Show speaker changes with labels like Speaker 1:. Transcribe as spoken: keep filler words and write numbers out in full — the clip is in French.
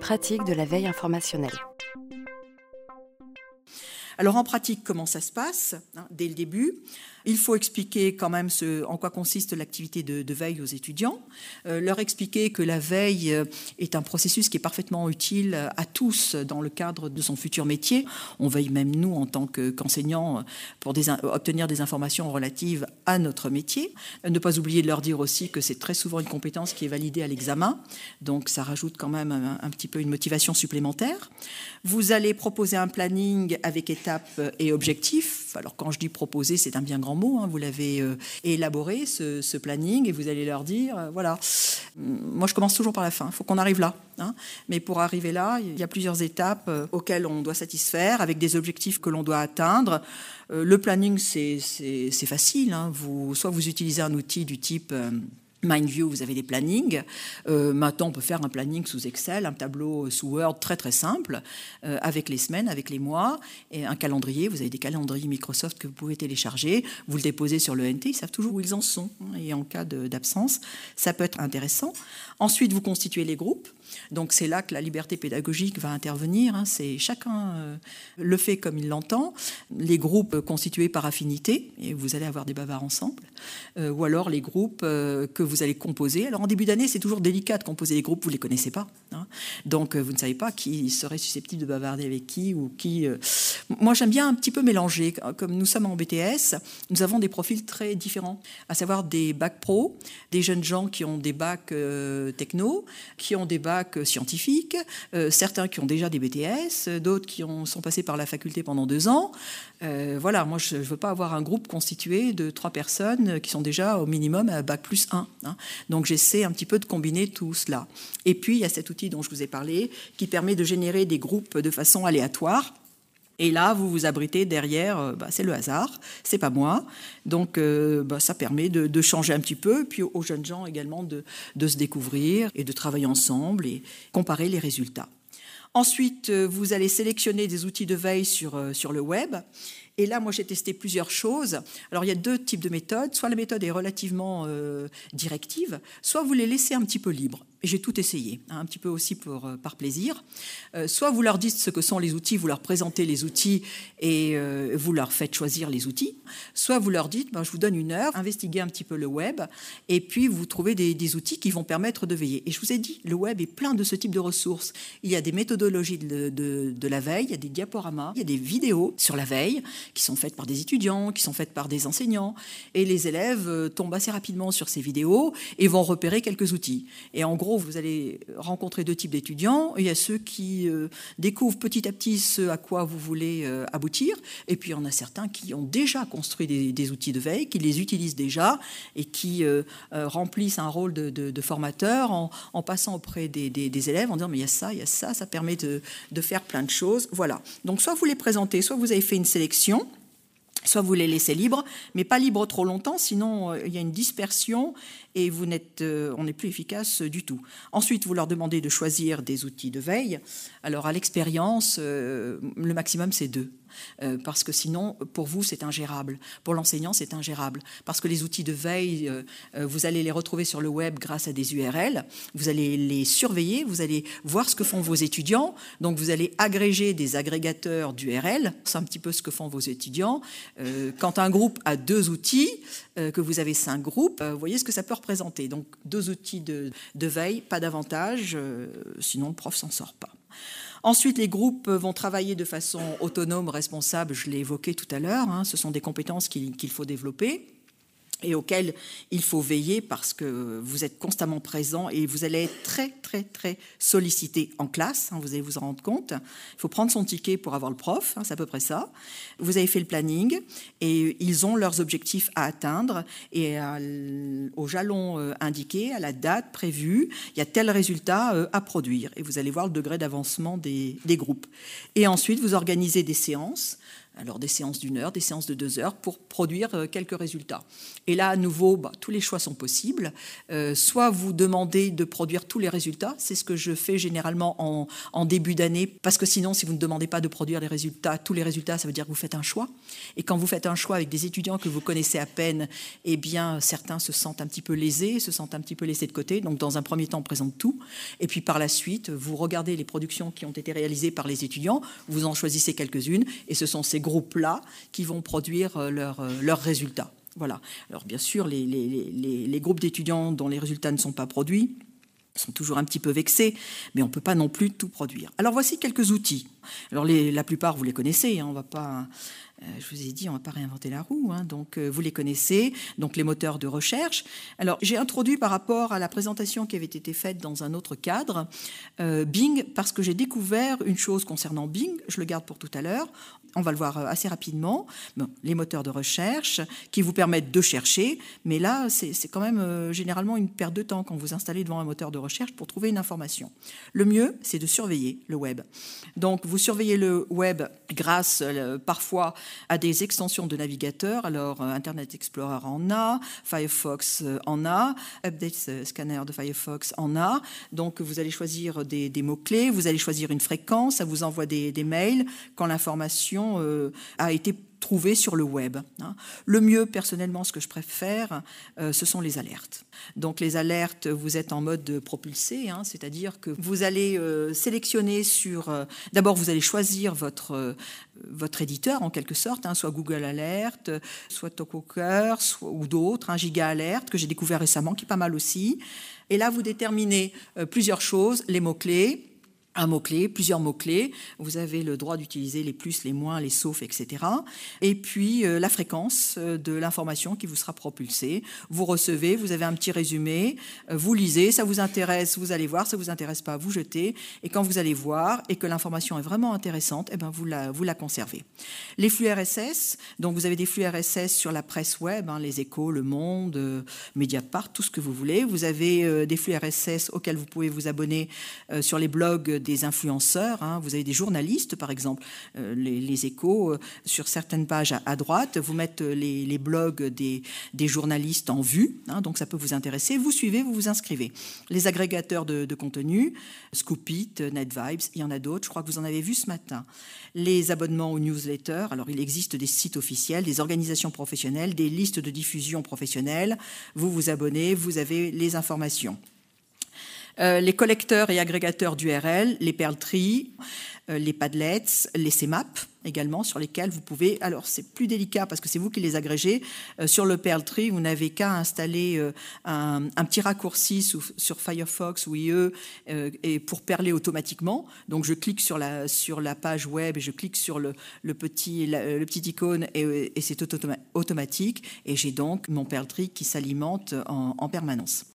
Speaker 1: pratique de la veille informationnelle.
Speaker 2: Alors en pratique, comment ça se passe hein, dès le début? Il faut expliquer quand même ce, en quoi consiste l'activité de, de veille aux étudiants, euh, leur expliquer que la veille est un processus qui est parfaitement utile à tous dans le cadre de son futur métier. On veille même nous en tant que, qu'enseignants pour des, obtenir des informations relatives à notre métier. Ne pas oublier de leur dire aussi que c'est très souvent une compétence qui est validée à l'examen, donc ça rajoute quand même un, un petit peu une motivation supplémentaire. Vous allez proposer un planning avec étapes et objectifs. Alors quand je dis proposer, c'est un bien grand mot, hein. Vous l'avez euh, élaboré, ce, ce planning, et vous allez leur dire, euh, voilà, moi je commence toujours par la fin, il faut qu'on arrive là. Hein. Mais pour arriver là, il y a plusieurs étapes euh, auxquelles on doit satisfaire, avec des objectifs que l'on doit atteindre. Euh, le planning, c'est, c'est, c'est facile. Hein. Vous, soit vous utilisez un outil du type... Euh, Mindview, vous avez des plannings. Euh, maintenant, on peut faire un planning sous Excel, un tableau sous Word très très simple, euh, avec les semaines, avec les mois, et un calendrier. Vous avez des calendriers Microsoft que vous pouvez télécharger. Vous le déposez sur le N T, ils savent toujours où ils en sont. Hein, et en cas de, d'absence, ça peut être intéressant. Ensuite, vous constituez les groupes. Donc c'est là que la liberté pédagogique va intervenir. Hein. C'est chacun euh, le fait comme il l'entend. Les groupes constitués par affinité, et vous allez avoir des bavards ensemble, euh, ou alors les groupes euh, que vous allez composer. Alors en début d'année, c'est toujours délicat de composer les groupes, vous ne les connaissez pas. Hein. Donc euh, vous ne savez pas qui serait susceptible de bavarder avec qui ou qui. Euh... Moi, j'aime bien un petit peu mélanger. Comme nous sommes en B T S, nous avons des profils très différents, à savoir des bacs pro, des jeunes gens qui ont des bacs euh, techno, qui ont des bacs scientifiques, euh, certains qui ont déjà des B T S, d'autres qui ont, sont passés par la faculté pendant deux ans. Euh, voilà, moi je ne veux pas avoir un groupe constitué de trois personnes qui sont déjà au minimum à bac plus un. Hein. Donc j'essaie un petit peu de combiner tout cela. Et puis il y a cet outil dont je vous ai parlé qui permet de générer des groupes de façon aléatoire. Et là, vous vous abritez derrière, bah, c'est le hasard, c'est pas moi. Donc, euh, bah, ça permet de, de changer un petit peu, puis aux jeunes gens également de, de se découvrir et de travailler ensemble et comparer les résultats. Ensuite, vous allez sélectionner des outils de veille sur, sur le web. Et là, moi, j'ai testé plusieurs choses. Alors, il y a deux types de méthodes. Soit la méthode est relativement euh, directive, soit vous les laissez un petit peu libres. Et j'ai tout essayé, hein, un petit peu aussi pour, euh, par plaisir. Euh, soit vous leur dites ce que sont les outils, vous leur présentez les outils et euh, vous leur faites choisir les outils. Soit vous leur dites, ben, je vous donne une heure, investiguez un petit peu le web, et puis vous trouvez des, des outils qui vont permettre de veiller. Et je vous ai dit, le web est plein de ce type de ressources. Il y a des méthodologies de, de, de la veille, il y a des diaporamas, il y a des vidéos sur la veille qui sont faites par des étudiants, qui sont faites par des enseignants. Et les élèves euh, tombent assez rapidement sur ces vidéos et vont repérer quelques outils. Et en gros, vous allez rencontrer deux types d'étudiants. Il y a ceux qui euh, découvrent petit à petit ce à quoi vous voulez euh, aboutir. Et puis, il y en a certains qui ont déjà construit des, des outils de veille, qui les utilisent déjà et qui euh, euh, remplissent un rôle de, de, de formateur en, en passant auprès des, des, des élèves, en disant « mais il y a ça, il y a ça, ça permet de, de faire plein de choses ». Voilà. Donc, soit vous les présentez, soit vous avez fait une sélection, soit vous les laissez libres, mais pas libres trop longtemps, sinon euh, il y a une dispersion et vous n'êtes, euh, on n'est plus efficace du tout. Ensuite, vous leur demandez de choisir des outils de veille. Alors, à l'expérience, euh, le maximum, c'est deux. Euh, parce que sinon, pour vous, c'est ingérable. Pour l'enseignant, c'est ingérable. Parce que les outils de veille, euh, vous allez les retrouver sur le web grâce à des U R L. Vous allez les surveiller, vous allez voir ce que font vos étudiants. Donc, vous allez agréger des agrégateurs d'U R L. C'est un petit peu ce que font vos étudiants. Euh, quand un groupe a deux outils, euh, que vous avez cinq groupes, euh, vous voyez ce que ça peut représenter. Donc, deux outils de, de veille, pas d'avantage. Euh, sinon, le prof s'en sort pas. Ensuite, les groupes vont travailler de façon autonome, responsable, je l'ai évoqué tout à l'heure, hein, ce sont des compétences qu'il, qu'il faut développer et auxquelles il faut veiller parce que vous êtes constamment présent et vous allez être très, très, très sollicité en classe, hein, vous allez vous en rendre compte. Il faut prendre son ticket pour avoir le prof, hein, c'est à peu près ça. Vous avez fait le planning et ils ont leurs objectifs à atteindre et à, au jalon euh, indiqué, à la date prévue, il y a tel résultat euh, à produire et vous allez voir le degré d'avancement des, des groupes. Et ensuite, vous organisez des séances Alors des séances d'une heure, des séances de deux heures pour produire euh, quelques résultats. Et là, à nouveau, bah, tous les choix sont possibles. Euh, soit vous demandez de produire tous les résultats, c'est ce que je fais généralement en, en début d'année, parce que sinon, si vous ne demandez pas de produire les résultats, tous les résultats, ça veut dire que vous faites un choix. Et quand vous faites un choix avec des étudiants que vous connaissez à peine, eh bien, certains se sentent un petit peu lésés, se sentent un petit peu laissés de côté. Donc, dans un premier temps, on présente tout. Et puis, par la suite, vous regardez les productions qui ont été réalisées par les étudiants, vous en choisissez quelques-unes, et ce sont ces groupes-là qui vont produire leurs leurs résultats. Voilà. Alors bien sûr, les, les, les, les groupes d'étudiants dont les résultats ne sont pas produits sont toujours un petit peu vexés, mais on ne peut pas non plus tout produire. Alors voici quelques outils. Alors les, la plupart, vous les connaissez, hein, on va pas... Euh, je vous ai dit, on ne va pas réinventer la roue, hein, donc euh, vous les connaissez, donc les moteurs de recherche. Alors j'ai introduit par rapport à la présentation qui avait été faite dans un autre cadre, euh, Bing, parce que j'ai découvert une chose concernant Bing, je le garde pour tout à l'heure, on va le voir assez rapidement, bon, les moteurs de recherche qui vous permettent de chercher, mais là c'est, c'est quand même euh, généralement une perte de temps quand vous installez devant un moteur de recherche pour trouver une information. Le mieux, c'est de surveiller le web. Donc vous surveillez le web grâce euh, parfois à des extensions de navigateurs. Alors, Internet Explorer en a, Firefox en a, Update Scanner de Firefox en a. Donc, vous allez choisir des, des mots-clés, vous allez choisir une fréquence, ça vous envoie des, des mails quand l'information euh, a été trouvée sur le web. Le mieux, personnellement, ce que je préfère, euh, ce sont les alertes. Donc les alertes, vous êtes en mode propulsé, hein, c'est-à-dire que vous allez euh, sélectionner sur... Euh, d'abord, vous allez choisir votre, euh, votre éditeur, en quelque sorte, hein, soit Google Alert, soit Talkwalker, soit, ou d'autres, hein, Giga Alert, que j'ai découvert récemment, qui est pas mal aussi. Et là, vous déterminez euh, plusieurs choses, les mots-clés, un mot-clé, plusieurs mots-clés. Vous avez le droit d'utiliser les plus, les moins, les sauf, et cetera. Et puis, euh, la fréquence de l'information qui vous sera propulsée. Vous recevez, vous avez un petit résumé, euh, vous lisez, ça vous intéresse, vous allez voir, ça vous intéresse pas, vous jetez. Et quand vous allez voir et que l'information est vraiment intéressante, eh ben, vous la, vous la conservez. Les flux R S S, donc vous avez des flux R S S sur la presse web, hein, les Échos, Le Monde, euh, Mediapart, tout ce que vous voulez. Vous avez euh, des flux R S S auxquels vous pouvez vous abonner euh, sur les blogs des influenceurs, hein. Vous avez des journalistes, par exemple, euh, les, les Échos, euh, sur certaines pages à, à droite, vous mettent les, les blogs des, des journalistes en vue, hein, donc ça peut vous intéresser. Vous suivez, vous vous inscrivez. Les agrégateurs de, de contenu, Scoopit, NetVibes, il y en a d'autres, je crois que vous en avez vu ce matin. Les abonnements aux newsletters, alors il existe des sites officiels, des organisations professionnelles, des listes de diffusion professionnelles. Vous vous abonnez, vous avez les informations. Euh, les collecteurs et agrégateurs d'U R L, les Perl Tree, euh, les Padlets, les C M A P également, sur lesquels vous pouvez... Alors, c'est plus délicat parce que c'est vous qui les agrégez. Euh, sur le Perl Tree, vous n'avez qu'à installer euh, un, un petit raccourci sous, sur Firefox ou I E euh, et pour perler automatiquement. Donc, je clique sur la, sur la page web et je clique sur le, le, petit, la, le petit icône et, et c'est automa- automatique. Et j'ai donc mon Perl Tree qui s'alimente en, en permanence.